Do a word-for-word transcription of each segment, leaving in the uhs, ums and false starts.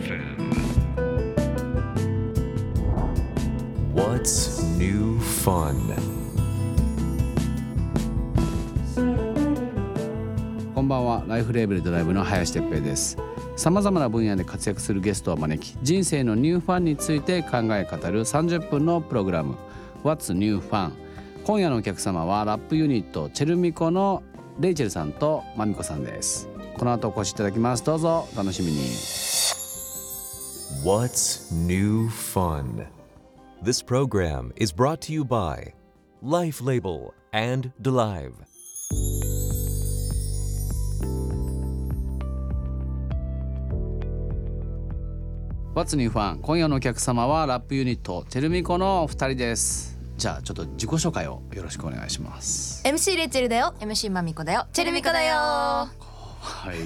エフエム What's new fun? こんばんは。ライフレーベルドライブの林哲平です。さまざまな分野で活躍するゲストを招き、人生のニューファンについて考え語るさんじゅっぷんのプログラム What's New Fun。 今夜のお客様はラップユニットチェルミコのレイチェルさんとマミコさんです。この後お越しいただきます。どうぞお楽しみに。 What's new fun? This program is brought to you by Life Label and Delive。 What's New Fun。 今夜のお客様はラップユニットチェルミコのお二人です。じゃあちょっと自己紹介をよろしくお願いします。 エムシー レイチェルだよ。 エムシー マミコだよ。 チェルミコだよ。 はい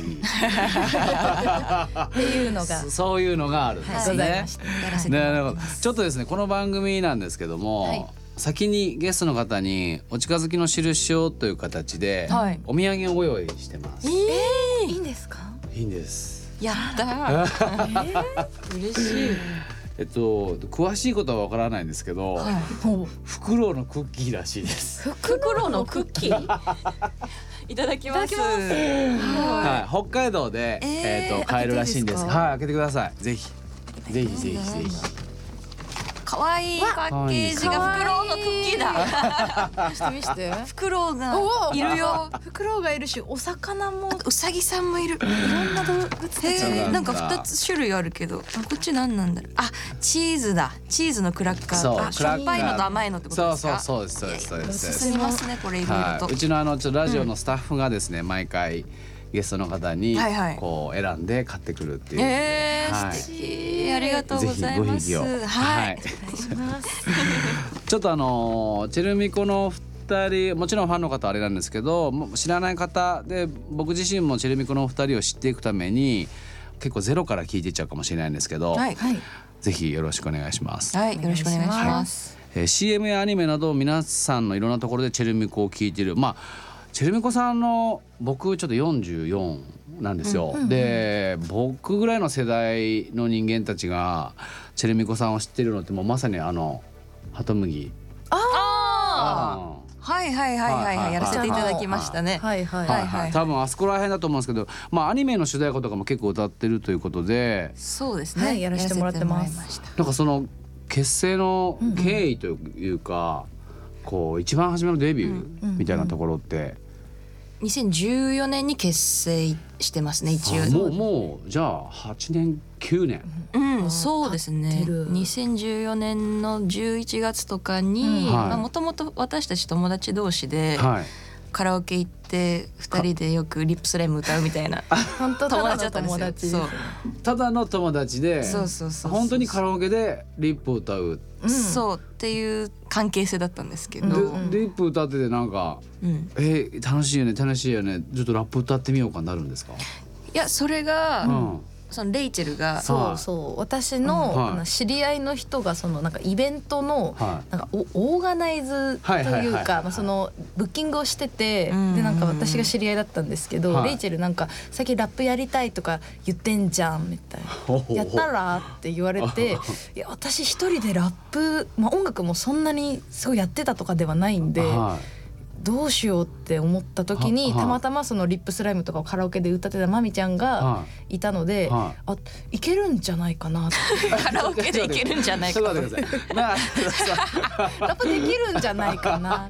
っていうのがそ, そういうのがあるんですございねました。 やらせてもらってます。 ちょっとですね、この番組なんですけども、 はい先にゲストの方にお近づきの印をという形で、 はいお土産をご用意してます。 えー、 いいんですか？ いいんです。 やったー嬉しい。 えっと詳しいことはわからないんですけど、 はいフクロウのクッキーらしいです。 フクロウのクッキーいただきます。 はい、北海道で、 えーえーと買えるらしいんです。 開けていいですか？ はい、開けてください。ぜひぜひぜひぜひ。 可愛いパッケージがフクロウのクッキーだ。 見して見して。 フクロウがおいるよ。 フクロウがいるし、お魚もウサギさんもいる。いろんな動物たちね。 そうなんだなんか二つ種類あるけど、あ、こっち何なんだろう。あ、チーズだ。チーズのクラッカー。 そうあ、しょっぱいのと甘いのってことですか？ そうそうそうですそうですそうです。 進みますね、これいろいろと。 はい、うちのあのちょっとラジオのスタッフがですね、毎回ゲストの方にはいはいこう選んで買ってくるっていう、 えー、 はい素敵。ありがとうございます。 ぜひごひいきを。 はい。 はいお願いします。 ちょっとあのチェルミコのふたり、もちろんファンの方はあれなんですけど、もう知らない方で、僕自身もチェルミコのふたりを知っていくために結構ゼロから聞いていっちゃうかもしれないんですけど、 はい。 ぜひよろしくお願いします。 はい、よろしくお願いします。 えー シーエム やアニメなど皆さんのいろんなところでチェルミコを聞いている。まあチェルミコさんの、僕ちょっとよんじゅうよんなんですよ、うんうん、で僕ぐらいの世代の人間たちがチェルミコさんを知っているのってもうまさにあのハトムギ。 ああ、はいはいはいはいはい、やらせていただきましたね。 はいはいはいはい、多分あそこら辺だと思うんですけど、まあアニメの主題歌とかも結構歌ってるということで。 そうですね、 はい、やらせてもらってます。 なんかその結成の経緯というか、うん、こう一番初めのデビューみたいなところって、うんうんうん、 にせんじゅうよねんに結成してますね、一応。 もうもうじゃあはちねんきゅうねん。 うん、そうですね。にせんじゅうよねんのじゅういちがつとかに、もともと私たち友達同士で、はい、カラオケ行ってふたりでよくリップスライム歌うみたいな本当友達だったんですよ。そう、 ただの友達で、 そうそうそうそう、 本当にカラオケでリップ歌う、 うん、そうっていう関係性だったんですけど、うん、 でリップ歌っててなんか、うん、えー、楽しいよね楽しいよね、ちょっとラップ歌ってみようかなるんですか？ いや、それが、うん、そのレイチェルが、 そうそう、私の、うんはい、知り合いの人がそのなんかイベントの、はい、なんかオーガナイズというか、まあそのブッキングをしてて、でなんか私が知り合いだったんですけど、はい、レイチェルなんか最近ラップやりたいとか言ってんじゃんみたいな、やったらって言われて、いや私一人でラップ、まあ音楽もそんなにすごいやってたとかではないんで。はい、どうしようって思った時に、たまたまそのリップスライムとかをカラオケで歌ってたマミちゃんがいたので、あ、いけるんじゃないかなってカラオケでいけるんじゃないかなラップできるんじゃないかな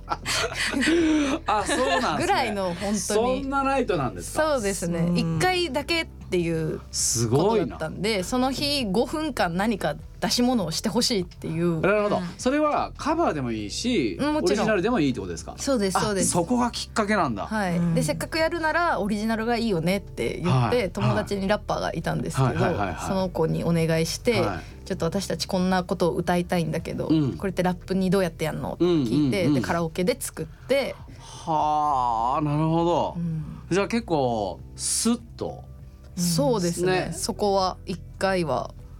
あ、そうなんですね、 ぐらいの本当にそんなライトなんですか？ そうですね、いっかいだけっていうことだったんで、その日ごふんかん何か出し物をしてほしいっていう。 なるほど、それはカバーでもいいし、オリジナルでもいいってことですか？ そうですそうです。 そこがきっかけなんだ。はい、 でせっかくやるならオリジナルがいいよねって言って、はい、友達にラッパーがいたんですけど、その子にお願いして、はい、ちょっと私たちこんなことを歌いたいんだけど、うん、これってラップにどうやってやんのって聞いて、うんうんうん、でカラオケで作って。 はあ、なるほど、うん、じゃあ結構スッと。 そうですね、そこはいっかいは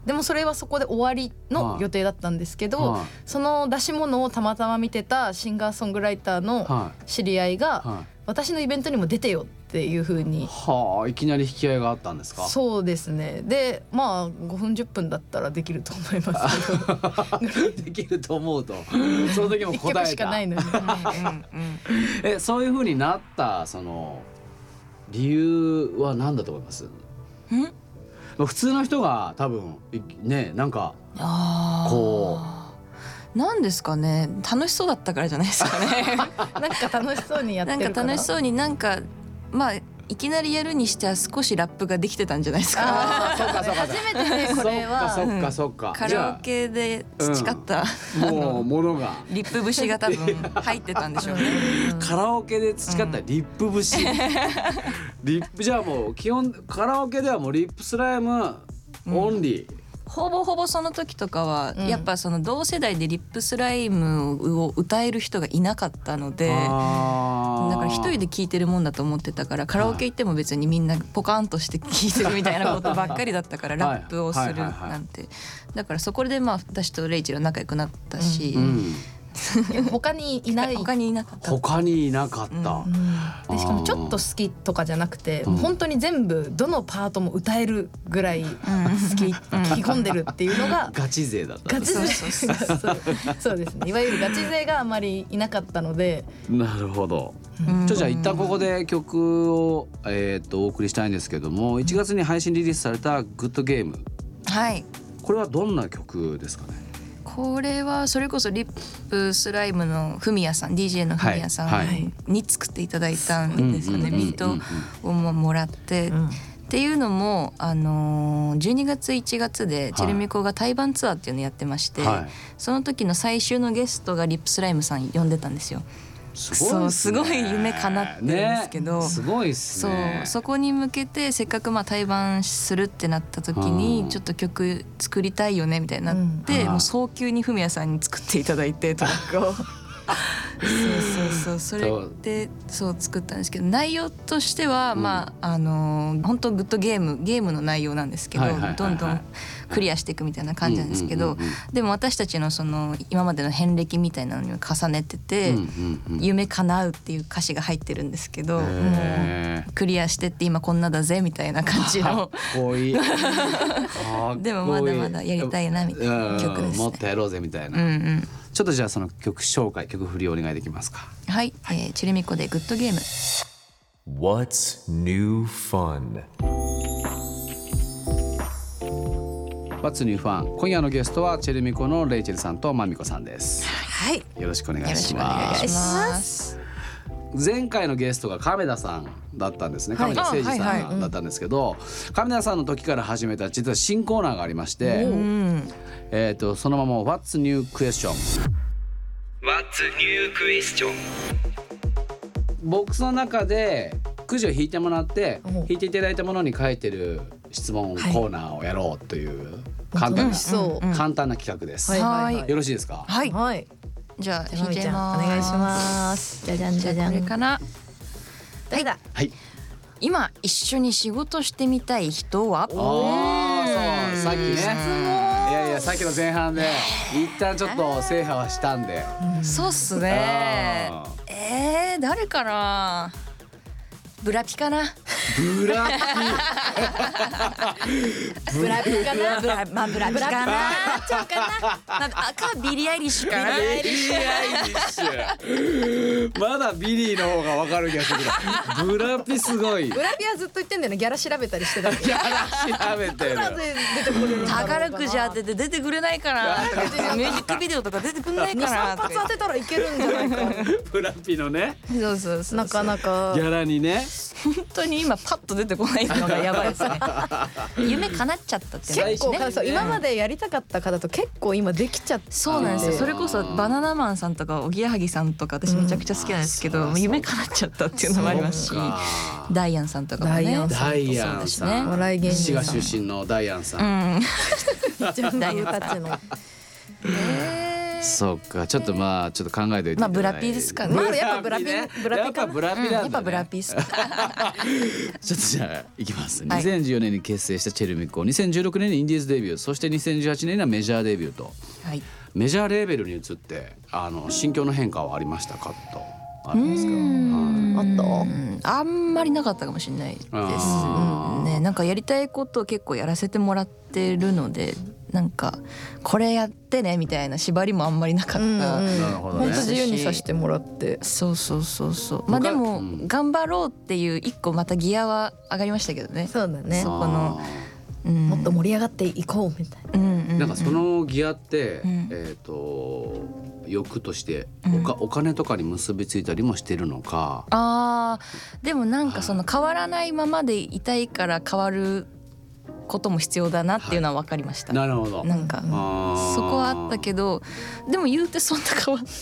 でもそれはそこで終わりの予定だったんですけど、 はいはい、 その出し物をたまたま見てたシンガーソングライターの知り合いが、はいはい、私のイベントにも出てよっていう風に、 はあ、いきなり引き合いがあったんですか？ そうですね。でまあごふんじゅっぷんだったらできると思いますけどできると思うとその時も答えた。いっきょくしかないのにえそういう風になったその理由は何だと思います？ん普通の人が多分ね、なんかこうなんですかね、楽しそうだったからじゃないですかねなんか楽しそうにやってるから、 なんか楽しそうに、なんかまあいきなりやるにしては少しラップができてたんじゃないですか。 あそうかそうか初めてねこれは。 そっかそっか、 カラオケで培った、 うん、もうものがリップ節が多分入ってたんでしょうねカラオケで培ったリップ節、うん、リップじゃあもう基本カラオケではもうリップスライムオンリー、うん、 ほぼほぼその時とかは、うん、やっぱその同世代でリップスライムを歌える人がいなかったので、だから一人で聴いてるもんだと思ってたから、カラオケ行っても別にみんなポカンとして聴いてるみたいなことばっかりだったからラップをするなんて、だからそこでまあ私とレイチェル仲良くなったし、うんうん他にいない他にいなかった他にいなかった、うん、 でしかもちょっと好きとかじゃなくて、もう本当に全部どのパートも歌えるぐらい好き、聞き込んでるっていうのがガチ勢だったガチ勢そうそうそうですね、いわゆるガチ勢があまりいなかったので。 なるほど、うん、じゃあ一旦ここで曲を、えー、っとお送りしたいんですけども、いちがつに配信リリースされたグッドゲーム、 はい、 これはどんな曲ですかね？ これはそれこそリップスライムのフミヤさん ディージェー のフミヤさんに作っていただいたんですよね、ビートをもらって、うん、っていうのも、あのー、じゅうにがついちがつでチェルミコが対バンツアーっていうのをやってまして、はい、その時の最終のゲストがリップスライムさん呼んでたんですよ。 すごいそうすごい夢叶ってるんですけど、 ね、すごいっすね。 そうそこに向けてせっかくまあ対バンするってなった時にちょっと曲作りたいよねみたいになって、うん、もう早急にフミヤさんに作っていただいてトラックをそうそうそう、それでそう作ったんですけど、内容としては、うん、まああの本当グッドゲームゲームの内容なんですけど、どんどんクリアしていくみたいな感じなんですけど、でも私たちのその今までの遍歴みたいなのに重ねてて、うんうんうん、夢叶うっていう歌詞が入ってるんですけど、もうクリアしてって今こんなだぜみたいな感じのかっこいいでもまだまだやりたいなみたいな曲ですね。 もっとやろうぜみたいな、うんうん、ちょっとじゃあその曲紹介曲振りをお願いできますか？ はい、はい、えー、チェルミコでグッドゲーム。 What's new fun? What's new fun? 今夜のゲストはチェルミコのレイチェルさんとマミコさんです。 はい、 よろしくお願いします。前回のゲストが亀田さんだったんですね、亀田誠二さんだったんですけど、亀田さんの時から始めた実は新コーナーがありまして、えー、とそのまま What's new question? What's new question? ボックスの中でくじを引いてもらって引いていただいたものに書いてる質問コーナーをやろうという簡単な、うん、簡単な企画です。 はいはいはい、 よろしいですか？ はい、はい、じゃあ引いちゃいます。 お願いします。じゃじゃんじゃじゃん。 これかな。 誰だ？ はい。 今一緒に仕事してみたい人は？ おー、そう、さっきね。いやいや、さっきの前半で一旦ちょっと制覇はしたんで。 そうっすね。えー、誰かな。ブラピかな。 ブラピブラピかな。 ブラまあブラピかな。ちゃうかな。なんか赤ビリーアイリッシュかな。 ビリーアイリッシュ。まだビリーの方がわかる気がする。ブラピすごい。 ブラピはずっと言ってんだよね。ギャラ調べたりしてた。 ギャラ調べてる。 宝くじ当てて出てくれないかな。ミュージックビデオとか出てくれないかな。 二三発当てたらいけるんじゃないか。 ブラピのね。 そうそうそう。 なかなかギャラにね。 本当に今パッと出てこないのがやばいですね。夢叶っちゃったって結構ね、そう今までやりたかった方と結構今できちゃって。 そうなんですよ。それこそバナナマンさんとかおぎやはぎさんとか私めちゃくちゃ好きなんですけど、うん、夢叶っちゃったっていうのもありますし、ダイアンさんとかもね。 ダイアンさん、 笑い芸人さん、 滋賀出身のダイアンさん、 うん、 ジャンルたちの。 えーそうか、ちょっとまあちょっと考えておいていただいて。 まあブラピですかね。 まあやっぱブラピね、 ブラピやっぱブラピなんだね、 やっぱブラピっす。 ちょっとじゃあいきます、 はい、 にせんじゅうよねんに結成したチェルミコ、にせんじゅうろくねんにインディーズデビュー、そしてにせんじゅうはちねんにはメジャーデビューと、 はい、 メジャーレーベルに移ってあの心境の変化はありましたかとあるんですか？ あったあんまりなかったかもしれないですね。なんかやりたいことを結構やらせてもらってるので、なんかこれやってねみたいな縛りもあんまりなかった。 うんうん、 なるほどね。 本当自由にさせてもらって、 そうそうそうそう。まあでも、うん、頑張ろうっていう一個またギアは上がりましたけどね。 そうだね。 そこの、 うん、もっと盛り上がっていこうみたいな。うんうんうん、なんかそのギアって、うん、えっと欲としておか、うん、お金とかに結びついたりもしてるのか。 あー、でもなんかその変わらないままでいたいから変わることも必要だなっていうのは分かりました。 はい、なるほど。 なんかそこはあったけど、でも言うてそんな変わん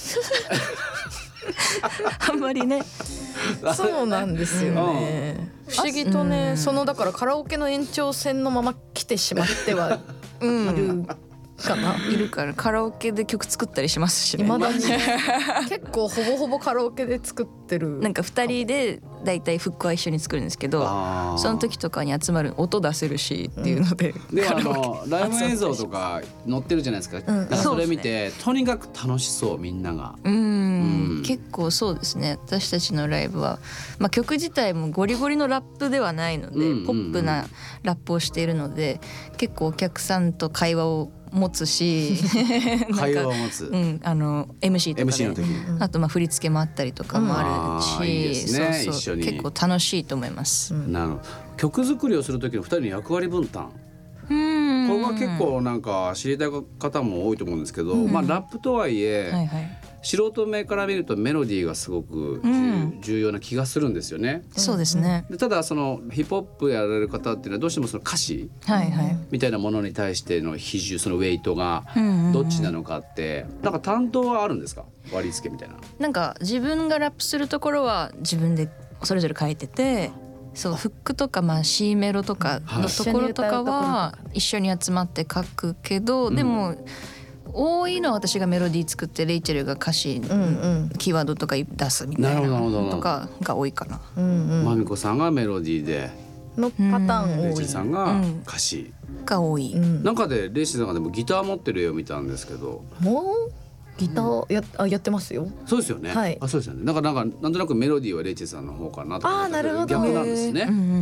あんまりね。 そうなんですよね。不思議とね、そのだからカラオケの延長線のまま来てしまってはいるかな。 いるからカラオケで曲作ったりしますしね。 未だに結構ほぼほぼカラオケで作ってる。 なんかふたりでだいたいフックは一緒に作るんですけど、その時とかに集まる音出せるしっていうので、 うん、であのライブ映像とか載ってるじゃないですか。うん、なんかそれ見て、ね、とにかく楽しそうみんなが。 うん、うん、結構そうですね。私たちのライブは、まあ、曲自体もゴリゴリのラップではないので、うんうんうん、ポップなラップをしているので、結構お客さんと会話を持つし会話を持つ、 うん、あの エムシー とかで エムシー の時に、あとまあ振り付けもあったりとかもあるし、うん、いいですね、そうそう、一緒に結構楽しいと思います。 うん、なるほど。曲作りをする時のふたりの役割分担、うんこれは結構なんか知りたい方も多いと思うんですけど、うん、まあラップとはいえ、はいはい、素人目から見るとメロディーがすごく、うん、重要な気がするんですよね。 そうですね。 でただそのヒップホップやられる方っていうのはどうしてもその歌詞、はいはい、みたいなものに対しての比重、そのウェイトがどっちなのかって、うんうん、なんか担当はあるんですか？割り付けみたいな。 なんか自分がラップするところは自分でそれぞれ書いてて、そうフックとかまあ C メロとかのところとかは一緒に集まって書くけど、でも多いのは私がメロディー作ってレイチェルが歌詞、うんうん、キーワードとか出すみたいなのとかが多いかな。 まみこさんがメロディーでのパターン多い。 レイチェルさんが歌詞、 うん、が多い。 中でレイチェルさんがでもギター持ってる絵を見たんですけど。 もうギター や, あやってますよ。 そうですよね。はい、あそうですよね。なんかなんかなんとなくメロディーはレイチェルさんの方かなとか。あなるほど。逆なんですね。うんうんうん、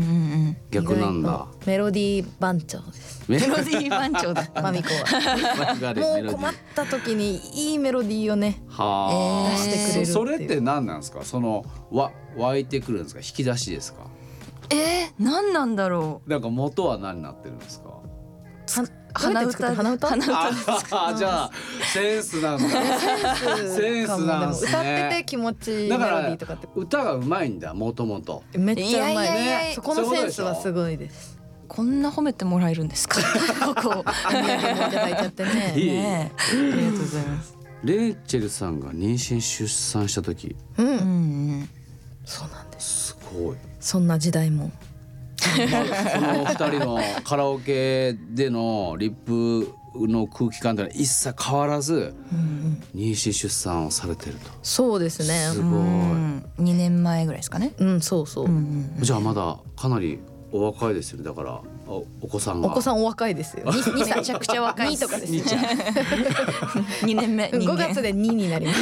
逆なんだ。 メロディー番長です。 メロディー番長だ。 マミコは。もう困った時にいいメロディーをねは出してくれる。 それって何なんですか？そのわ湧いてくるんですか？引き出しですか？ えー、何なんだろう。なんか元は何になってるんですか？ 鼻歌鼻歌鼻歌ですか？あじゃあセンスなんだ。センスなんですね。 歌ってて気持ちいいメロディーとかって。 歌がうまいんだもともと。 めっちゃうまいね。そこのセンスはすごいです。 こんな褒めてもらえるんですか？ここお土産もいただいちゃってね。いいね。ありがとうございます。 レイチェルさんが妊娠出産した時。 うん。うんうん、そうなんです。 すごい。 そんな時代も。 まあ、そのふたりのカラオケでのリップの空気感というのは一切変わらず妊娠出産をされてると。 そうですね。 すごい。 にねんまえぐらいですかね。 うんそうそう。うんうん、じゃあまだかなりお若いですよね。だからお, お子さんがお子さんお若いですよ。にさいめちゃくちゃ若い。にとかですね。 にねんめ。 ごがつでにになります。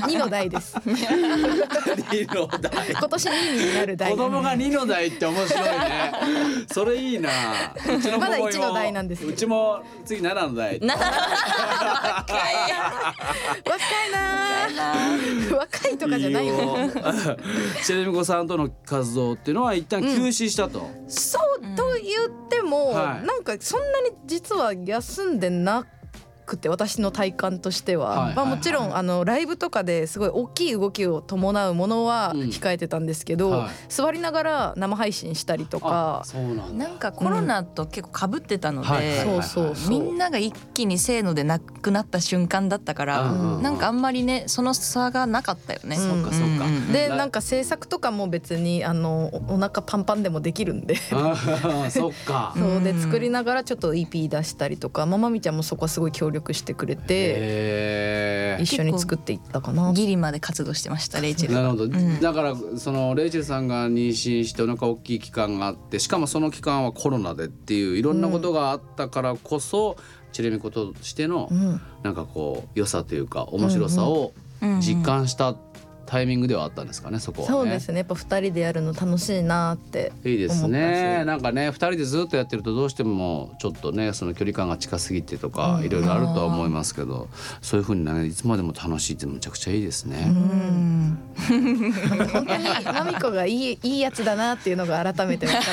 にの代です。にの代。 今年にになる代。 子供がにの代って面白いね。それいいな。うちのまだいちの代なんです。 うちも次ななの代。 なな。 若いな。若いとかじゃないよ。 チェルミコさんとの活動っていうのは一旦休止したと。 うん、そうと言っても、うんはい、なんかそんなに実は休んでなくて、私の体感としては、はいまあ、もちろんあのライブとかですごい大きい動きを伴うものは控えてたんですけど、うんはい、座りながら生配信したりとか、 そうなんだ。 なんかコロナと結構被ってたので、みんなが一気にせーのでなくなった瞬間だったから、うん、なんかあんまりねその差がなかったよね。 うん、そうかそうか。 でなんか制作とかも別にあのお腹パンパンでもできるんでそっか。 そうで作りながらちょっと イーピー 出したりとか、ままみちゃんもそこはすごい協力してくれて一緒に作っていったかな。 ギリまで活動してましたレイチェルは。 なるほど、 うん、 だからそのレイチェルさんが妊娠してお腹大きい期間があって、しかもその期間はコロナでっていういろんなことがあったからこそ、うん、チェルミコとしてのなんかこう良さというか面白さを実感したタイミングではあったんですかね、そこはね。 そうですね、やっぱふたりでやるの楽しいなって思ったし。 いいですね。なんかねふたりでずっとやってるとどうしてもちょっとねその距離感が近すぎてとかいろいろあるとは思いますけど、そういう風にねいつまでも楽しいってむちゃくちゃいいですね。うん本当にマミコがいい、いいやつだなっていうのが改めて分かった。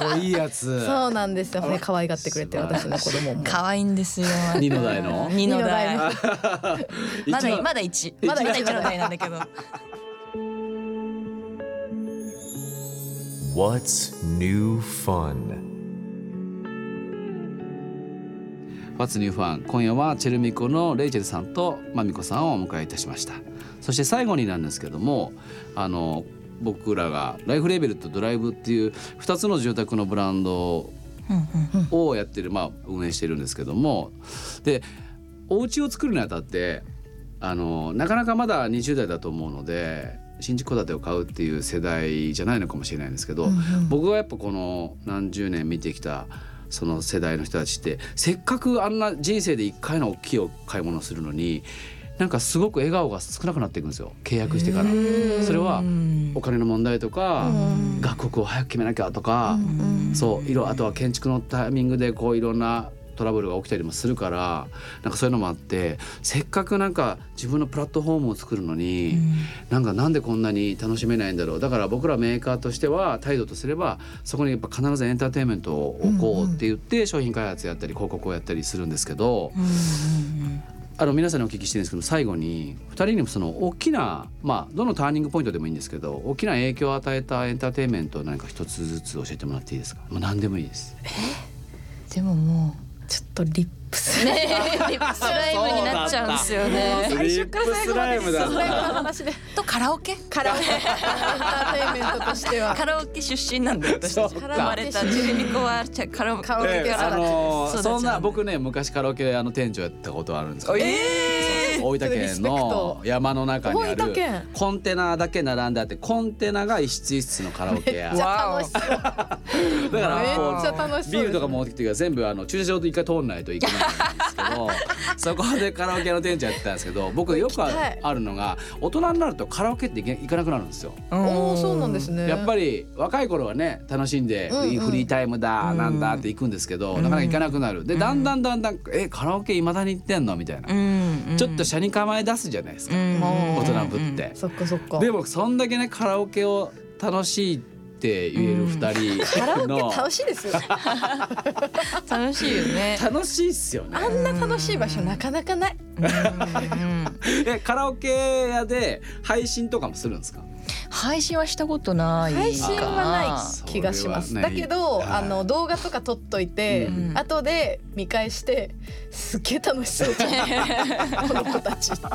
マミコいいやつ。 そうなんですよね。可愛がってくれて私の子供も可愛いんですよ。 二の代の二の代のまだまだ一まだ一の代なんだけど。 What's new fun? What's new fun? 今夜はチェルミコのレイチェルさんとマミコさんをお迎えいたしました。そして最後になんですけども、あの僕らがライフレーベルとドライブっていうふたつの住宅のブランドをやってる、まあ、運営してるんですけども、でお家を作るにあたってあのなかなかまだにじゅう代だと思うので新築戸建てを買うっていう世代じゃないのかもしれないんですけど、うんうん、僕がやっぱこの何十年見てきたその世代の人たちってせっかくあんな人生でいっかいの大きい買い物をするのになんかすごく笑顔が少なくなっていくんですよ、契約してから。それはお金の問題とか学国を早く決めなきゃとか、そう色あとは建築のタイミングでこういろんなトラブルが起きたりもするから、なんかそういうのもあってせっかくなんか自分のプラットフォームを作るのに、うん、なんかなんでこんなに楽しめないんだろう。だから僕らメーカーとしては態度とすればそこにやっぱ必ずエンターテインメントを置こうって言って商品開発やったり広告をやったりするんですけど、うんうんうん、あの皆さんにお聞きしてるんですけど、最後にふたりにもその大きな、まあどのターニングポイントでもいいんですけど大きな影響を与えたエンターテインメントを何か一つずつ教えてもらっていいですか。もう何でもいいです。 えでももうちょっとリップスねリップスライムになっちゃうんですよね。 リップスライムだなとカラオケカラオケエンターテインメントとしてはカラオケ出身なんで私たち生まれたチェルミコはカラオケから、 えー、あのー、そんな僕ね昔カラオケあの店長やったことあるんですけど、えー、大分県の山の中にあるコンテナだけ並んであってコンテナが一室一室のカラオケ屋。 めっちゃ楽しそうだからこうめっちゃ楽しそうビールとか持ってきてから全部あの駐車場と一回通んないといけないんですけどそこでカラオケの店長やってたんですけど、僕よくあるのが大人になるとカラオケって行かなくなるんですよ。 おーそうなんですね。 やっぱり若い頃はね楽しんでフリー、うんうん、フリータイムだなんだって行くんですけど、うん、なかなか行かなくなる。でだんだんだんだんえカラオケ未だに行ってんのみたいな、うんうん、ちょっと車に構え出すじゃないですか、うん、大人ぶって、 そっかそっか。 でもそんだけねカラオケを楽しいって言えるふたりの、 カラオケ楽しいですよ楽しいよね。 楽しいっすよね。 あんな楽しい場所なかなかない。 えカラオケ屋で配信とかもするんですか。 配信はしたことない配信はない気がします。だけど、はい、あの動画とか撮っといて、うん、後で見返してすっげえ楽しそうじゃんこの子たち、うん、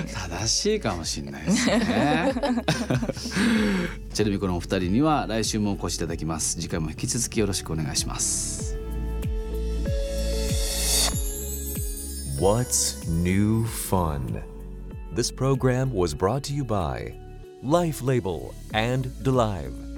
正しいかもしれないですねチェルミコのお二人には来週もお越しいただきます。次回も引き続きよろしくお願いします。 What's new fun? This program was brought to you by Life Label and DeLive.